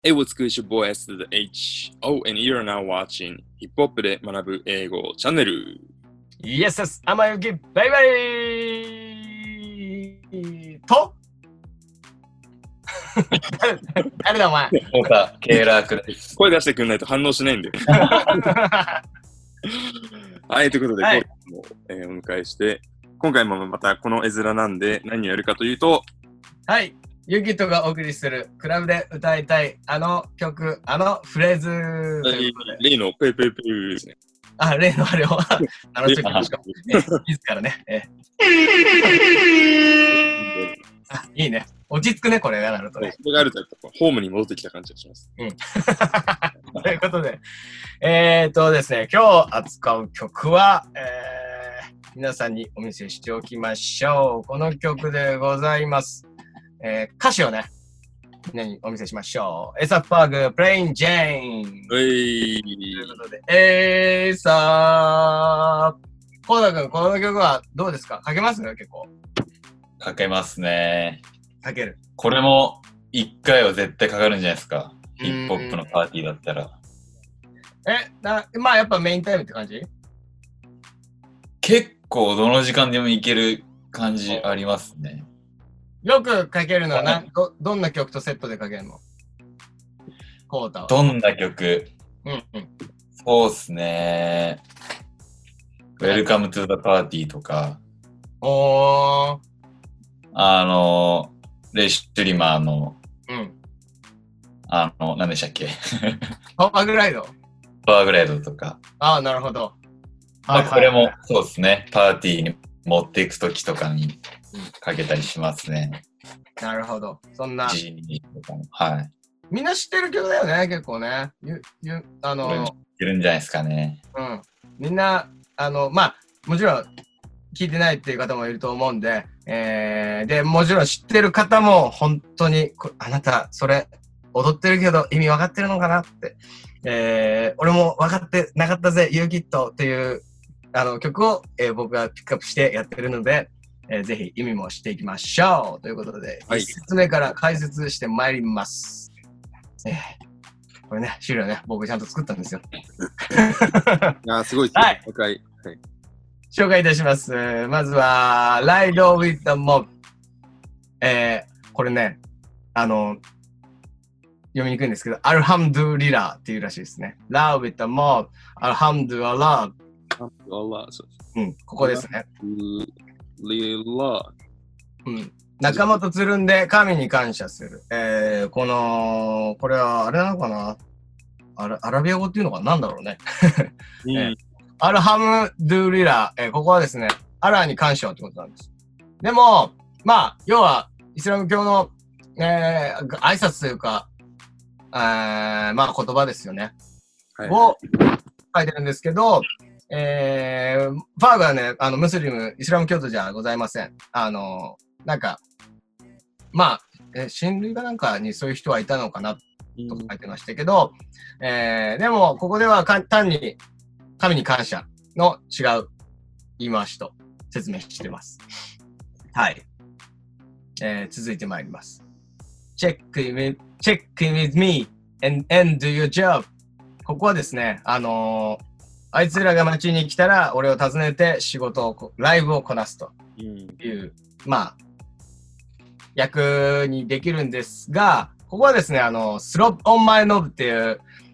Hey, what's good? It's your boy S to the H. Oh, and you're now watching ヒップホップで学ぶ英語チャンネル。 Yes, yes, 天ゆきバイバイと誰だお前そうか、ケーラークです。 声出してくんないと反応しないんで。はい、ということで、 はい今回も、お迎えして、今回もまたこの絵面なんで何をやるかというと、 はい、ゆきとがお送りするクラブで歌いたいあの曲、あのフレーズということで、 例のペイペイペイですね。 あ、例のあれを名乗っておきましょう。自らね、いいね。落ち着くね、これがなるとね。 それがあるとやっぱホームに戻ってきた感じがします。 ということで、ですね、今日扱う曲は、皆さんにお見せしておきましょう。この曲でございます。歌詞をね、みんなにお見せしましょう。エサッパーグ、プレイン・ジェーン。ということで、エサー。コーダ君、この曲はどうですか？書けますね、結構。 かけますね。 書ける。 これも1回は絶対かかるんじゃないですか。ヒップホップのパーティーだったら。 まあやっぱメインタイムって感じ？ 結構どの時間でもいける感じありますね。 よく書けるのはどんな曲とセットで書けるの？コータは。 どんな曲？そうっすね。Welcome to the Party とか。 おー。 レイ・シュリマーの、何でしたっけ？ パワーグライド。 パワーグライドとか。 ああ、なるほど。 これもそうですね。パーティーに持っていくときとかにかけたりしますね。 なるほど。そんな。 はい。 みんな知ってる曲だよね、結構ね。 知ってるんじゃないですかね。 みんな、まあ、もちろん聞いてないっていう方もいると思うんで、で、もちろん知ってる方も本当に、あなた、それ、踊ってるけど意味分かってるのかなって、俺も分かってなかったぜ、ユーキットっていう、曲を、僕がピックアップしてやってるので、ぜひ意味もしていきましょうということで、1節目から解説してまいります。これね、資料ね、僕ちゃんと作ったんですよ。 いや、すごいですね。 はい。 紹介いたします。まずは、Ride with the Mob。これね、読みにくいんですけど、アルハムドゥリラっていうらしいですね。Ride with the Mob、アルハムドゥアラー。ここですね。仲間とつるんで神に感謝する。これはあれなのかな？アラビア語っていうのかな？なんだろうね。アルハムドゥリラ、ここはですね、アラーに感謝ってことなんです。でも、まあ、要は、イスラム教の、挨拶というか、まあ、言葉ですよね。を書いてるんですけど、ファーグはね、ムスリム、イスラム教徒じゃございません。なんか、まあ、親類かなんかにそういう人はいたのかな、と書いてましたけど、でも、ここでは単に、神に感謝の違う言い回しと説明してます。はい。続いてまいります。Check in with me and do your job。ここはですね、あいつらが街に来たら俺を訪ねてライブをこなすという、まあ、役にできるんですが、ここはですね、Slop on my knob っていう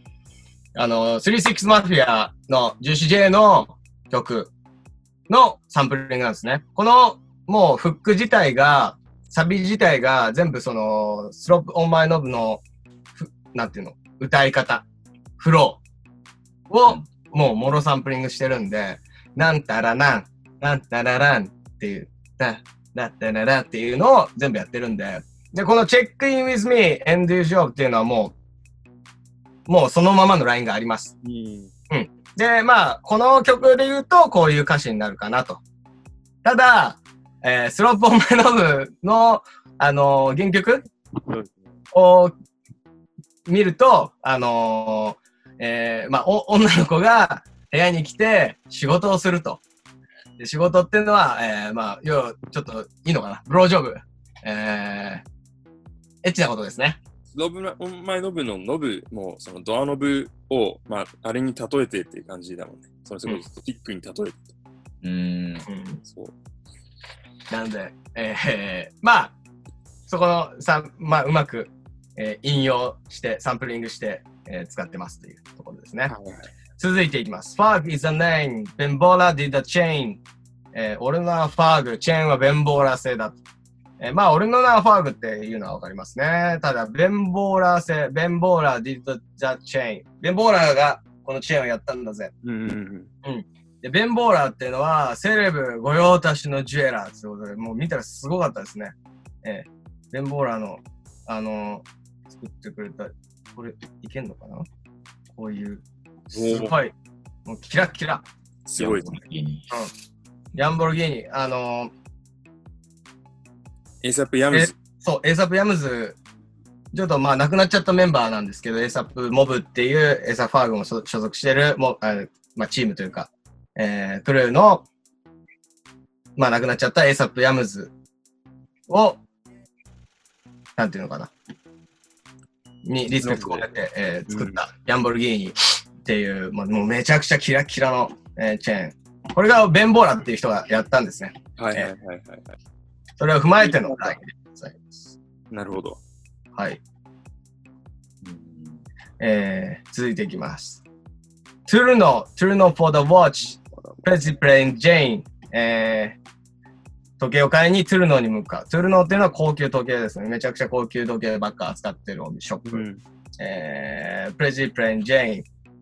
、36マフィアのジュシ J の曲のサンプリングなんですね。この、もうフック自体が、サビ自体が全部その、Slop on my knob の、なんていうの、歌い方、フローを、もうモロサンプリングしてるんで、なんたらなんたららんっていう、だったららっていうのを全部やってるんで、で、この Check in with me and do your job っていうのはもうそのままのラインがあります。で、まあ、この曲で言うと、こういう歌詞になるかなと。ただ、スロープオンマイノブの、原曲を見ると、まあ、女の子が部屋に来て仕事をすると。で仕事っていうのは、まあ、ちょっといいのかな？ブロージョブ。エッチなことですね。 ノブのノブもそのドアノブを、まあ、あれに例えてっていう感じだもんね。それすごいスティックに例えて。そう。 なので、まあ、そこのまあ、うまく、引用して、サンプリングして、使ってますというところですね。はいはい、続いていきます。Fog is a name, Bembola did the chain. 俺の名はファーグ、チェーンはベンボーラ製だと。まあ、俺の名はファーグっていうのはわかりますね。ただ、ベンボーラ製、ベンボーラ did the chain. ベンボーラがこのチェーンをやったんだぜ。でベンボーラっていうのは、セレブ御用達のジュエラーってことで、もう見たらすごかったですね。ベンボーラの、作ってくれた、これ、いけんのかなこういう、すごい、もうキラッキラ。 すごい。 ヤンボルギーニ、 エイサップヤムズ。 そう、エイサップヤムズ、ちょっとまあ亡くなっちゃったメンバーなんですけど、エイサップモブっていうエイサファーグも所属してるまあ、チームというか、クルーの、まあ亡くなっちゃったエイサップヤムズを、なんていうのかな。にリスペクトを込めて、作ったヤンボルギーニっていう、もうめちゃくちゃキラキラの、チェーン。これがベンボーラっていう人がやったんですね。 はいはいはいはい。 それを踏まえてのラインでございます。 なるほど。 はい。続いていきます。Turno for the watch, President Jane。時計を買いにトゥルノに向かう。トゥルノっていうのは高級時計ですね。めちゃくちゃ高級時計ばっか扱ってるショップ。プレジプレンジェイ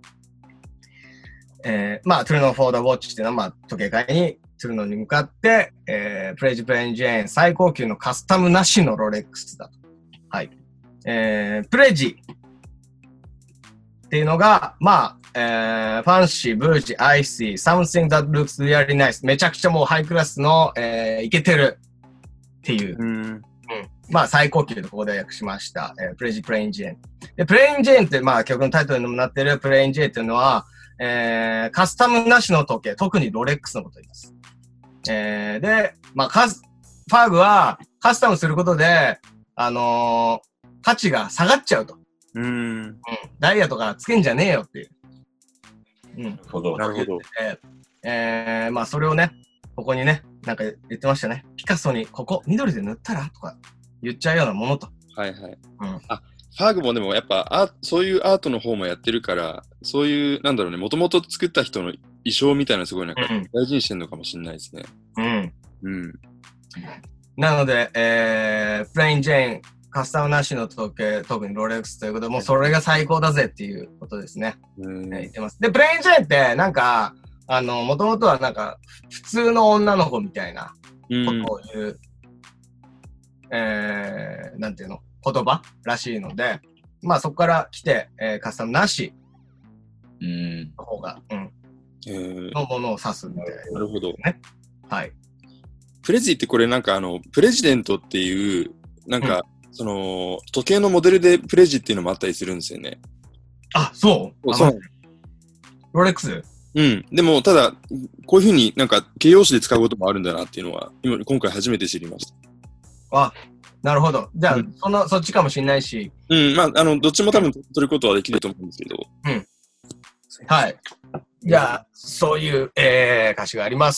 ン。まあ、トゥルノ・フォー・ダ・ウォッチっていうのは、まあ、時計買いにトゥルノに向かって、プレジプレンジェイン、最高級のカスタムなしのロレックスだと。はい。プレジっていうのが、まあ、ファンシー、ブージ、アイシー、something that looks really nice。めちゃくちゃもうハイクラスの、イケてるっていう。まあ最高級でここで訳しました。プレインジェーン。で、プレインジェーンってまあ曲のタイトルにもなっているプレインジェーンっていうのは、カスタムなしの時計、特にロレックスのことを言います。で、まあファーグはカスタムすることで、価値が下がっちゃうと。ダイヤとかつけんじゃねえよっていう。 なるほど。 なるほど。 まあそれをね、ここにね、なんか言ってましたね。ピカソにここ緑で塗ったらとか言っちゃうようなものと。 はいはい。ファーグもでもやっぱそういうアートの方もやってるから、そういう、なんだろうね、もともと作った人の衣装みたいなのすごいなんか大事にしてるのかもしれないですね。 なので、プレインジェーン、カスタムなしの時計、特にロレックスということで、もうそれが最高だぜっていうことですね。言ってます。で、プレインジェーンって、なんか、もともとはなんか、普通の女の子みたいなことを言う、なんていうの、言葉らしいので、まあそこから来て、カスタムなしの方が、のものを指すみたいな、ね。 なるほど。 はい。 プレジってこれなんかプレジデントっていう、なんか、その、時計のモデルでプレジっていうのもあったりするんですよね。 あ、そうそう。ロレックス？でも、ただ、こういうふうになんか形容詞で使うこともあるんだなっていうのは、今回初めて知りました。 あ、なるほど。じゃあ、そっちかもしれないし。 まあ、どっちも多分取ることはできると思うんですけど。 はい。じゃあ、そういう、歌詞があります。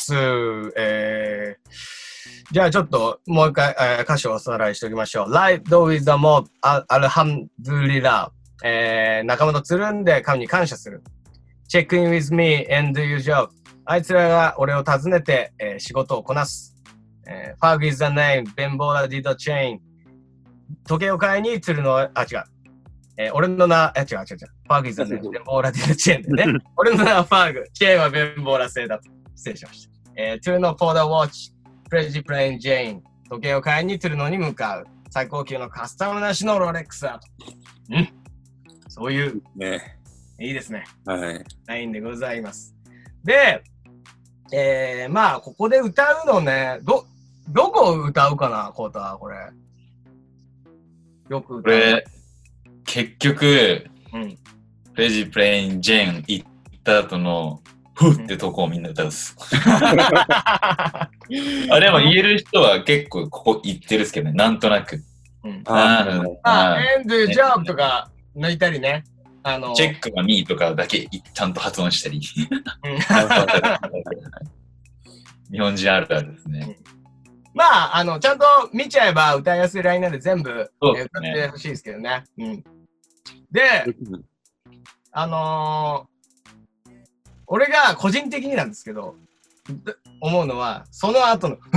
じゃあちょっともう一回、歌詞をおさらいしておきましょう。Life though is a mob, alhamdulillah。仲間とつるんで神に感謝する。Check in with me and do your job。あいつらが俺を訪ねて、仕事をこなす。Fog is the name, Ben Bola did the chain。時計を買いにつるの、違う。俺の名、違う。Fog is the name, Ben Bola did the chain でね。俺の名は Fog、チェーンはベンボーラ製だと。失礼しました。Turn on for the watch。プレジプレインジェイン、時計を買いにトゥルノに向かう。最高級のカスタムなしのロレックスだと。そういう、 ね、 いいですね。 はい。 ラインでございます。で、まあ、ここで歌うのね、どこを歌うかな、コータは、これ。よく歌う。これ、 結局、プレジプレインジェイン行った後の、ふってとこをみんな歌うっす。でも言える人は結構ここ行ってるっすけどね、なんとなく。 and job とか抜いたりね。 チェックがmeとかだけちゃんと発音したり。日本人あるあるですね。 まあ、ちゃんと見ちゃえば歌いやすいラインなんで全部、歌ってほしいですけどね。で、俺が個人的になんですけど、思うのは、その後の、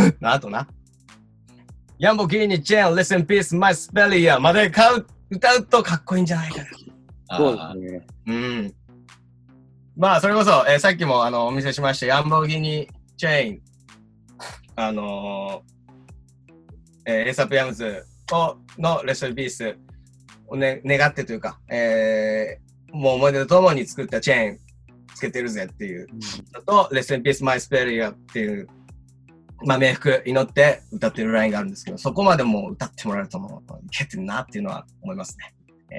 ヤンボギーニチェーン、Listen Peace, My Spellia まで歌うとかっこいいんじゃないかな。 そうですね。 まあ、それこそ、さっきもお見せしました、ヤンボギーニチェーン、エイサップヤムズのレストピースを、願ってというか、もう思い出とともに作ったチェーンつけてるぜっていうのと、レストピースマイスペリアっていう、まあ、冥福祈って歌ってるラインがあるんですけど、そこまでもう歌ってもらえるともういけてるなっていうのは思いますね。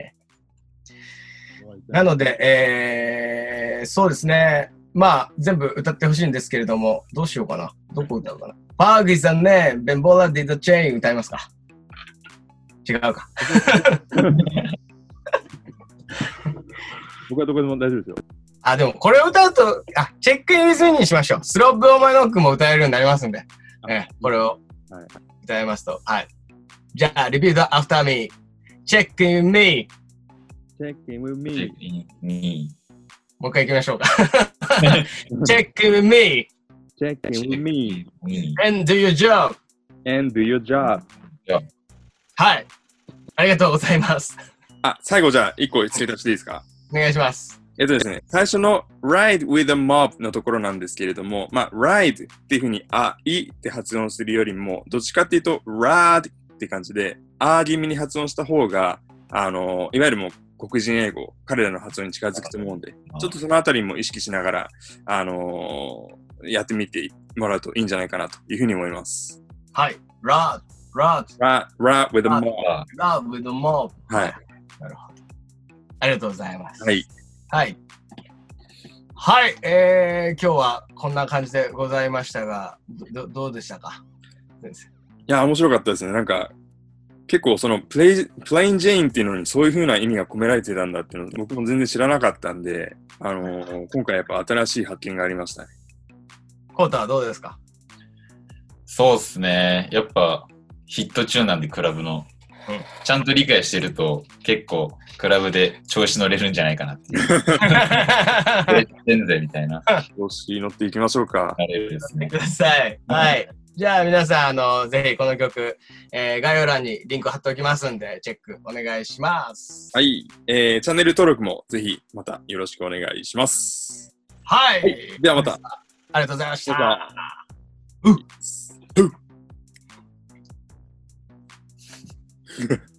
なので、そうですね。まあ、全部歌ってほしいんですけれども、どうしようかな。どこ歌うかな。パーギーさんね、ベンボーラディドチェーン歌いますか？違うか。 僕はどこでも大丈夫ですよ。 でもこれを歌うと、チェックインウィズミーにしましょう。スロップオーマイノックも歌えるようになりますんで、これを歌いますと。はい。じゃあ、リピート after me. Check in me. Check in with me. もう一回行きましょうか。Check in with me. Check in with me. And do your job. And do your job. はい。ありがとうございます。 最後じゃあ、一個追加していいですか？ お願いします。 ですね、最初の ride with a mob のところなんですけれども、まあ、ride っていうふうに、いって発音するよりも、どっちかっていうと、rad って感じで、気味に発音した方が、いわゆるもう黒人英語、彼らの発音に近づくと思うんで、ちょっとそのあたりも意識しながら、やってみてもらうといいんじゃないかなというふうに思います。 はい。rad with a mob. rad with a mob. はい。 なるほど。ありがとうございます。 はい。 はい。はい。今日はこんな感じでございましたが、どうでしたか？先生。 いや、面白かったですね。なんか、結構そのプレインジェインっていうのにそういう風な意味が込められてたんだっていうのを僕も全然知らなかったんで、今回やっぱ新しい発見がありましたね。 コータはどうですか？ そうですね。やっぱヒット中なんでクラブの。ちゃんと理解してると結構クラブで調子乗れるんじゃないかなっていう。全然みたいな。 調子乗っていきましょうか。 あれですね。 ください。はい。じゃあ皆さん、ぜひこの曲、概要欄にリンク貼っておきますんで、チェックお願いします。 はい。チャンネル登録もぜひまたよろしくお願いします。 はい。 ではまた。 ありがとうございました。 うっ